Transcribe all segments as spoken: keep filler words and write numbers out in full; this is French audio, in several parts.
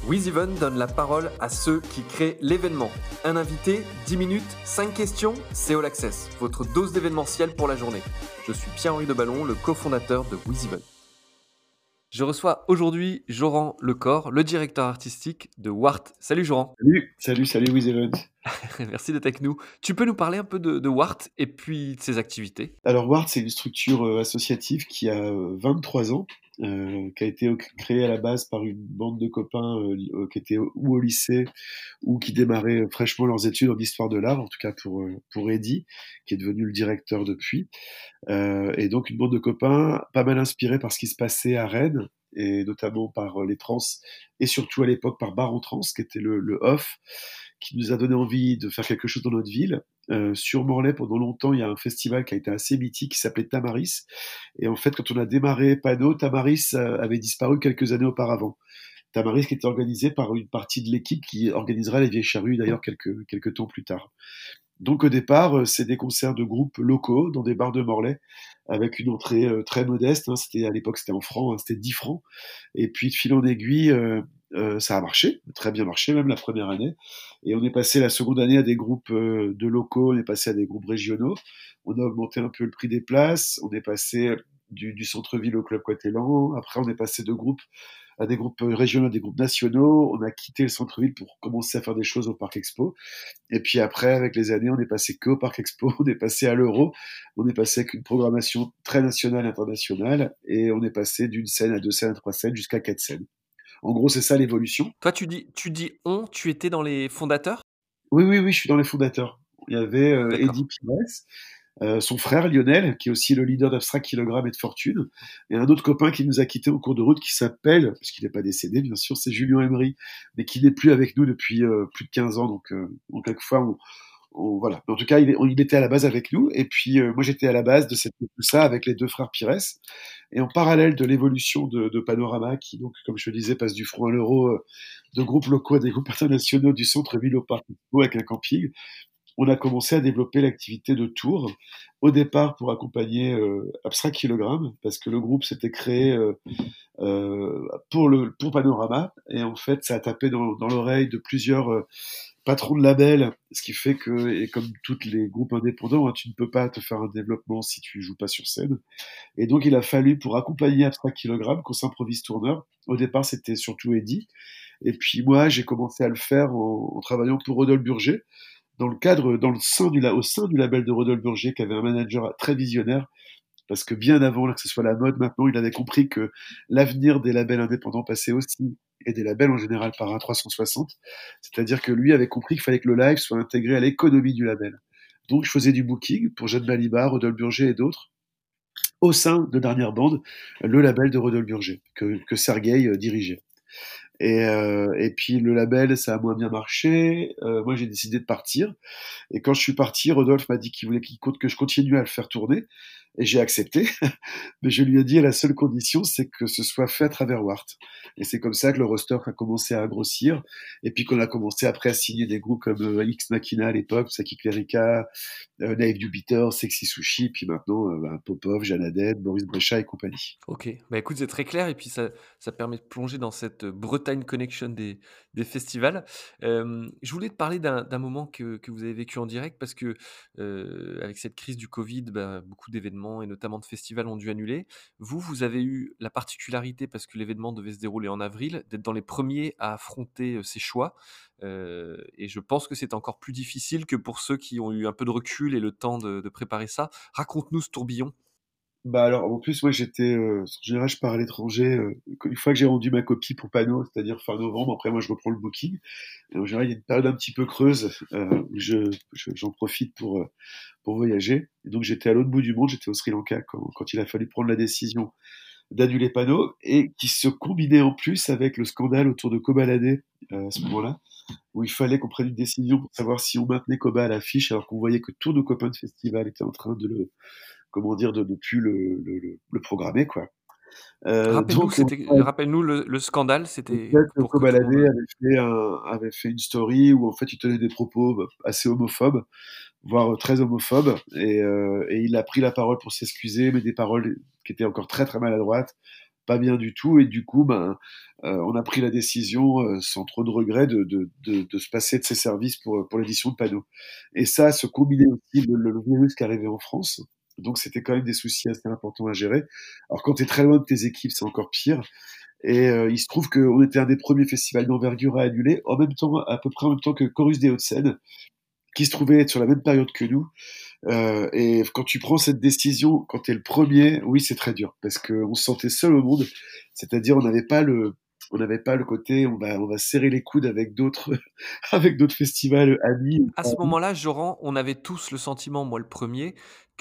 WizEven donne la parole à ceux qui créent l'événement. Un invité, dix minutes, cinq questions, c'est All Access, votre dose d'événementiel pour la journée. Je suis Pierre-Henri Deballon, le cofondateur de WizEven. Je reçois aujourd'hui Joran Lecor, le directeur artistique de Wart. Salut Joran. Salut, salut, salut WizEven. Merci d'être avec nous. Tu peux nous parler un peu de, de Wart et puis de ses activités? Alors Wart, c'est une structure euh, associative qui a euh, vingt-trois ans, euh, qui a été créée à la base par une bande de copains euh, qui étaient ou au lycée ou qui démarraient fraîchement leurs études en histoire de l'art, en tout cas pour, euh, pour Eddy, qui est devenu le directeur depuis. Euh, et donc une bande de copains pas mal inspirés par ce qui se passait à Rennes, et notamment par euh, les trans, et surtout à l'époque par Baron Trans, qui était le, le off, qui nous a donné envie de faire quelque chose dans notre ville. Euh, sur Morlaix, pendant longtemps, il y a un festival qui a été assez mythique qui s'appelait Tamaris. Et en fait, quand on a démarré Panneau, Tamaris euh, avait disparu quelques années auparavant. Tamaris qui était organisé par une partie de l'équipe qui organisera les Vieilles Charrues d'ailleurs quelques, quelques temps plus tard. Donc au départ, euh, c'est des concerts de groupes locaux dans des bars de Morlaix avec une entrée euh, très modeste. Hein, c'était à l'époque c'était en francs, hein, c'était dix francs. Et puis de fil en aiguille, euh, euh, ça a marché, très bien marché même la première année. Et on est passé la seconde année à des groupes euh, de locaux, on est passé à des groupes régionaux. On a augmenté un peu le prix des places. On est passé du, du centre-ville au Club Coëtlan. Après, on est passé de groupes à des groupes régionaux, à des groupes nationaux. On a quitté le centre-ville pour commencer à faire des choses au Parc Expo. Et puis après, avec les années, on est passé que au Parc Expo, on est passé à l'Euro, on est passé avec une programmation très nationale et internationale, et on est passé d'une scène à deux scènes à trois scènes jusqu'à quatre scènes. En gros, c'est ça l'évolution. Toi, tu dis, tu dis on, tu étais dans les fondateurs? Oui, oui, oui, je suis dans les fondateurs. Il y avait euh, Eddy D'accord. Pires, euh, son frère Lionel, qui est aussi le leader d'Abstract Kilogramme et de Fortune, et un autre copain qui nous a quittés en cours de route qui s'appelle, parce qu'il n'est pas décédé bien sûr, c'est Julien Emery, mais qui n'est plus avec nous depuis euh, plus de quinze ans, donc, euh, donc quelquefois on, on- voilà. En tout cas, il, est- on- il était à la base avec nous, et puis euh, moi j'étais à la base de, cette, de ça avec les deux frères Pires, et en parallèle de l'évolution de, de Panorama, qui donc, comme je le disais, passe du front à l'euro, euh, de groupes locaux à des groupes internationaux, du centre-ville au parc Expo avec un camping, on a commencé à développer l'activité de tour, au départ pour accompagner euh, Abstract Kilogramme, parce que le groupe s'était créé euh, euh, pour, le, pour Panorama, et en fait ça a tapé dans, dans l'oreille de plusieurs euh, patrons de label, ce qui fait que, et comme tous les groupes indépendants, hein, tu ne peux pas te faire un développement si tu joues pas sur scène. Et donc il a fallu, pour accompagner Abstract Kilogramme, qu'on s'improvise tourneur. Au départ c'était surtout Eddy, et puis moi j'ai commencé à le faire en, en travaillant pour Rodolphe Burger, dans le cadre, dans le sein du, au sein du label de Rodolphe Burger, qui avait un manager très visionnaire, parce que bien avant là, que ce soit la mode, maintenant, il avait compris que l'avenir des labels indépendants passait aussi, et des labels en général, par un trois cent soixante. C'est-à-dire que lui avait compris qu'il fallait que le live soit intégré à l'économie du label. Donc, je faisais du booking pour Jeanne Balibar, Rodolphe Burger et d'autres, au sein de Dernière Bande, le label de Rodolphe Burger, que, que Sergueï euh, dirigeait. Et, euh, et puis le label, ça a moins bien marché. Euh, moi, j'ai décidé de partir. Et quand je suis parti, Rodolphe m'a dit qu'il voulait qu'il compte que je continue à le faire tourner. Et j'ai accepté. Mais je lui ai dit, à la seule condition, c'est que ce soit fait à travers Wart. Et c'est comme ça que le roster a commencé à grossir. Et puis qu'on a commencé après à signer des groupes comme euh, X Machina à l'époque, Saki Clerica, euh, Naive Jupiter, Sexy Sushi, puis maintenant euh, bah, Popov, Janadette, Boris Brecha et compagnie. Ok, bah écoute, c'est très clair et puis ça, ça permet de plonger dans cette euh, Bretagne Connection des, des festivals. Euh, je voulais te parler d'un d'un moment que, que vous avez vécu en direct parce que euh, avec cette crise du Covid, bah, beaucoup d'événements et notamment de festivals ont dû annuler. Vous, vous avez eu la particularité, parce que l'événement devait se dérouler en avril, d'être dans les premiers à affronter euh, ces choix. Euh, et je pense que c'est encore plus difficile que pour ceux qui ont eu un peu de recul et le temps de, de préparer ça. Raconte-nous ce tourbillon. Bah alors en plus moi j'étais euh, en général je pars à l'étranger euh, une fois que j'ai rendu ma copie pour Panneau, c'est-à-dire fin novembre, après moi je reprends le booking, et en général il y a une période un petit peu creuse euh, où je, je- j'en profite pour euh, pour voyager. Et donc j'étais à l'autre bout du monde, j'étais au Sri Lanka quand, quand il a fallu prendre la décision d'annuler Panneau, et qui se combinait en plus avec le scandale autour de Kobalade euh, à ce moment-là, où il fallait qu'on prenne une décision pour savoir si on maintenait Koba à l'affiche alors qu'on voyait que tous nos copains de festival étaient en train de le, comment dire, de ne plus le, le, le, le programmer, quoi. Euh, Rappelle-nous, donc, c'était, rappelle-nous le, le scandale, en c'était fait, pour que tout le Kobalade monde. avait fait, un, avait fait une story où en fait il tenait des propos bah, assez homophobes, voire très homophobes, et, euh, et il a pris la parole pour s'excuser, mais des paroles qui étaient encore très très maladroites, pas bien du tout. Et du coup, ben, euh, on a pris la décision, euh, sans trop de regrets, de, de, de, de se passer de ces services pour, pour l'édition de panneaux. Et ça, se combinait aussi le, le, le virus qui arrivait en France. Donc c'était quand même des soucis assez importants à gérer. Alors quand tu es très loin de tes équipes, c'est encore pire. Et euh, il se trouve qu'on était un des premiers festivals d'envergure à annuler, en même temps, à peu près en même temps que Chorus des Hauts-de-Seine, qui se trouvait être sur la même période que nous. Euh, et quand tu prends cette décision, quand tu es le premier, oui, c'est très dur, parce qu'on se sentait seul au monde, c'est-à-dire on n'avait pas le, on n'avait pas le côté, on va, on va serrer les coudes avec d'autres, avec d'autres festivals amis. À ce moment-là, Joran, on avait tous le sentiment, moi le premier,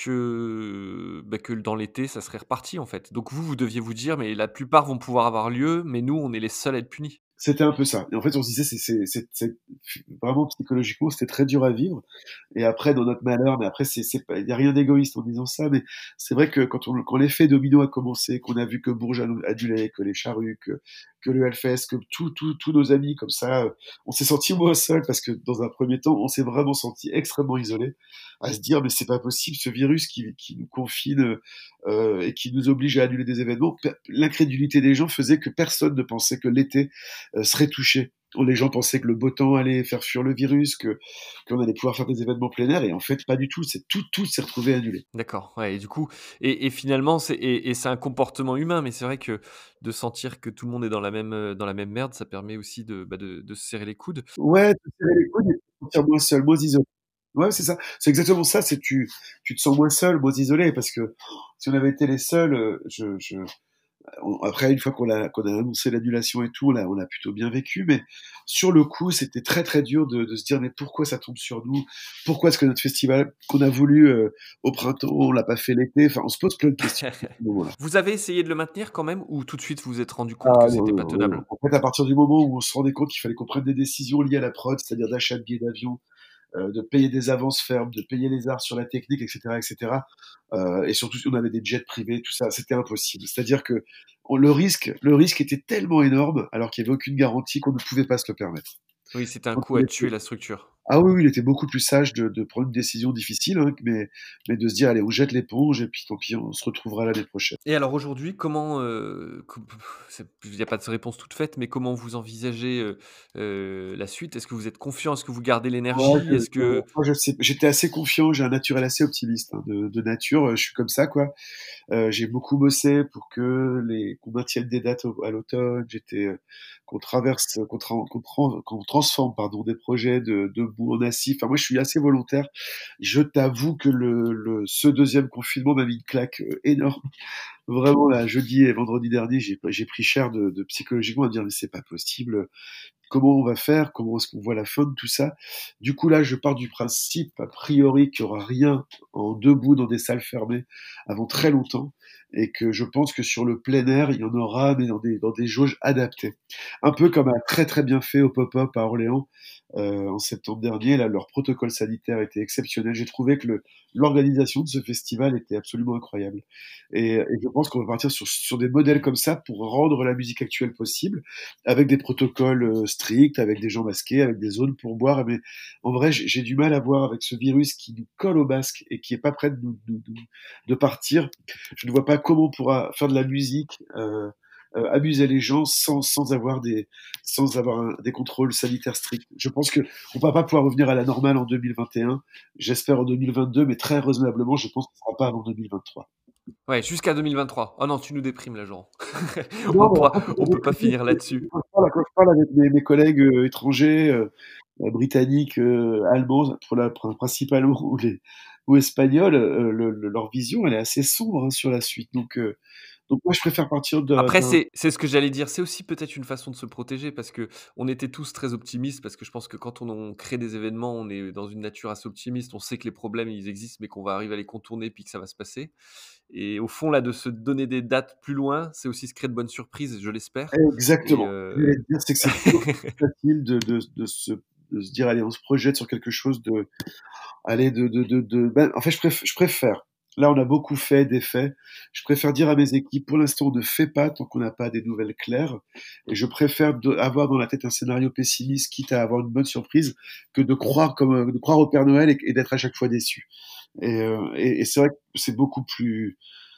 que, bah, que dans l'été, ça serait reparti en fait. Donc vous, vous deviez vous dire: «Mais la plupart vont pouvoir avoir lieu, mais nous, on est les seuls à être punis». C'était un peu ça. Et en fait, on se disait, c'est, c'est, c'est, c'est vraiment psychologiquement, c'était très dur à vivre. Et après, dans notre malheur, mais après, c'est, c'est pas, il y a rien d'égoïste en disant ça, mais c'est vrai que quand on, quand l'effet domino a commencé, qu'on a vu que Bourges a annulé, que les Charrues, que, que le Hellfest, que tous, tous, tous nos amis comme ça, euh, on s'est senti moins seul parce que dans un premier temps, on s'est vraiment senti extrêmement isolé, à se dire, mais c'est pas possible, ce virus qui, qui nous confine, euh, et qui nous oblige à annuler des événements. L'incrédulité des gens faisait que personne ne pensait que l'été euh, serait touché. Les gens pensaient que le beau temps allait faire fuir le virus, que qu'on allait pouvoir faire des événements plein air, et en fait pas du tout. C'est tout, tout s'est retrouvé annulé. D'accord, ouais, et du coup et et finalement c'est et et c'est un comportement humain, mais c'est vrai que de sentir que tout le monde est dans la même, heu, dans la même merde, ça permet aussi de, bah, de de se serrer les coudes. Ouais, te serrer les coudes et te sentir moins seul, moins isolé. Ouais, c'est ça. C'est exactement ça. C'est tu, tu te sens moins seul, moins isolé, parce que si on avait été les seuls, euh, je, je, on- après, une fois qu'on a, qu'on a annoncé l'annulation et tout, là, on a plutôt bien vécu, mais sur le coup, c'était très très dur de, de se dire, mais pourquoi ça tombe sur nous? Pourquoi est-ce que notre festival qu'on a voulu euh, au printemps, on l'a pas fait l'été? Enfin, on se pose plein de questions à ce moment-là. Vous avez essayé de le maintenir quand même ou tout de suite vous vous êtes rendu Ah compte que non, c'était non, pas non, non. tenable? En fait, à partir du moment où on se rendait compte qu'il fallait qu'on prenne des décisions liées à la prod, c'est-à-dire d'achat de billets d'avion, euh, de payer des avances fermes, de payer les arts sur la technique, et cetera, et cetera. Euh, et surtout si on avait des jets privés, tout ça, c'était impossible. C'est-à-dire que on- le risque, le risque était tellement énorme, alors qu'il n'y avait aucune garantie qu'on ne pouvait pas se le permettre. Oui, c'était un Donc, coup on à était- tuer la structure. ah oui, oui, il était beaucoup plus sage de, de prendre une décision difficile, hein, mais, mais de se dire, allez, on jette l'éponge et puis tant pis, on se retrouvera l'année prochaine. Et alors aujourd'hui, comment, heu, com il y a pas de réponse toute faite, mais comment vous envisagez, heu heu, la suite? Est-ce que vous êtes confiant? Est-ce que vous gardez Ouais, l'énergie? je, Est-ce je- que moi, je sais- j'étais assez confiant, j'ai un naturel assez optimiste, hein, de, de nature, je suis comme ça, quoi. Euh, j'ai beaucoup bossé pour que les qu'on maintienne des dates au- à l'automne. J'étais euh, qu'on traverse, qu'on tra- qu'on tran- qu'on transforme pardon des projets de, de bout en assis. Enfin, moi, je suis assez volontaire. Je t'avoue que le, le ce deuxième confinement m'a mis une claque euh, énorme. Vraiment, là, jeudi et vendredi dernier, j'ai j'ai pris cher de, de psychologiquement à me dire mais c'est pas possible. Comment on va faire? Comment est-ce qu'on voit la fin de tout ça? Du coup, là, je pars du principe, a priori, qu'il y aura rien en debout dans des salles fermées avant très longtemps, et que je pense que sur le plein air, il y en aura, mais dans des, dans des jauges adaptées. Un peu comme a très très bien fait au Pop-Up à Orléans, euh, en septembre dernier. Là, leur protocole sanitaire était exceptionnel. J'ai trouvé que le, l'organisation de ce festival était absolument incroyable. Et, et je pense qu'on va partir sur, sur des modèles comme ça pour rendre la musique actuelle possible, avec des protocoles euh, stricts, avec des gens masqués, avec des zones pour boire. Mais en vrai, j'ai j'ai du mal à voir avec ce virus qui nous colle au basque et qui est pas prêt de, nous, nous- nous- de partir. Je ne vois pas comment on pourra faire de la musique, euh, euh, amuser les gens sans, sans avoir des sans avoir un- des contrôles sanitaires stricts. Je pense que on va pas pouvoir revenir à la normale en deux mille vingt et un. J'espère en deux mille vingt-deux, mais très raisonnablement, je pense que ce sera pas avant deux mille vingt-trois. ouais, jusqu'à deux mille vingt-trois. Oh non, tu nous déprimes là, Jean. Non, On mais pourra après, c'est pas on peut pas déprimé. finir là-dessus. Quand je parle, quand je parle avec mes, mes collègues euh, étrangers, euh, euh, britanniques, euh, allemands, pour la, pr- principalement, ou, les, ou espagnols, euh, le- le- leur vision, elle est assez sombre hein, sur la suite. Donc, euh, donc moi, je préfère partir d'un... Après, d'un- c'est c'est ce que j'allais dire, c'est aussi peut-être une façon de se protéger parce qu'on était tous très optimistes, parce que je pense que quand on on crée des événements, on est dans une nature assez optimiste, on sait que les problèmes, ils existent, mais qu'on va arriver à les contourner, puis que ça va se passer. Et au fond, là, de se donner des dates plus loin, c'est aussi se créer de bonnes surprises, je l'espère. Et Exactement. Ce que je heu voulais te dire, c'est que c'est toujours plus facile de, de, de, se, de se dire, allez, on se projette sur quelque chose de, allez, de, de, de, de... Ben, en fait, je préfère, je préfère. Là, on a beaucoup fait d'effets. Je préfère dire à mes équipes, pour l'instant, on ne fait pas tant qu'on n'a pas des nouvelles claires. Et je préfère de- avoir dans la tête un scénario pessimiste, quitte à avoir une bonne surprise, que de croire comme, de croire au Père Noël et, et d'être à chaque fois déçu. Et, euh, et, et c'est vrai que c'est beaucoup plus,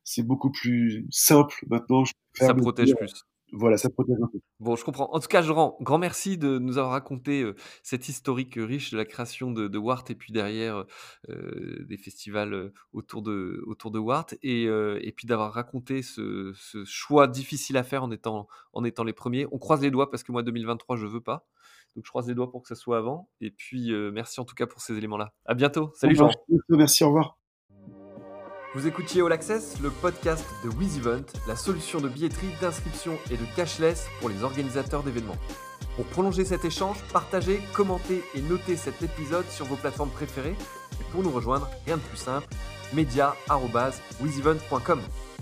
c'est beaucoup plus simple maintenant. Je Ça préfère me protège dire, plus. voilà, ça protège un peu. Bon, je comprends. En tout cas, Jean, grand merci de nous avoir raconté, heu, cet historique, heu, riche de la création de de Wart et puis derrière, heu, des festivals, heu, autour de autour de Wart et heu et puis d'avoir raconté ce ce choix difficile à faire en étant en étant les premiers. On croise les doigts parce que moi deux mille vingt-trois je veux pas. Donc je croise les doigts pour que ça soit avant et puis, heu, merci en tout cas pour ces éléments-là. À bientôt. Ça Salut marche. Jean. Merci, au revoir. Vous écoutiez All Access, le podcast de WizEvent, la solution de billetterie, d'inscription et de cashless pour les organisateurs d'événements. Pour prolonger cet échange, partagez, commentez et notez cet épisode sur vos plateformes préférées. Et pour nous rejoindre, rien de plus simple, media arobase wizevent point com.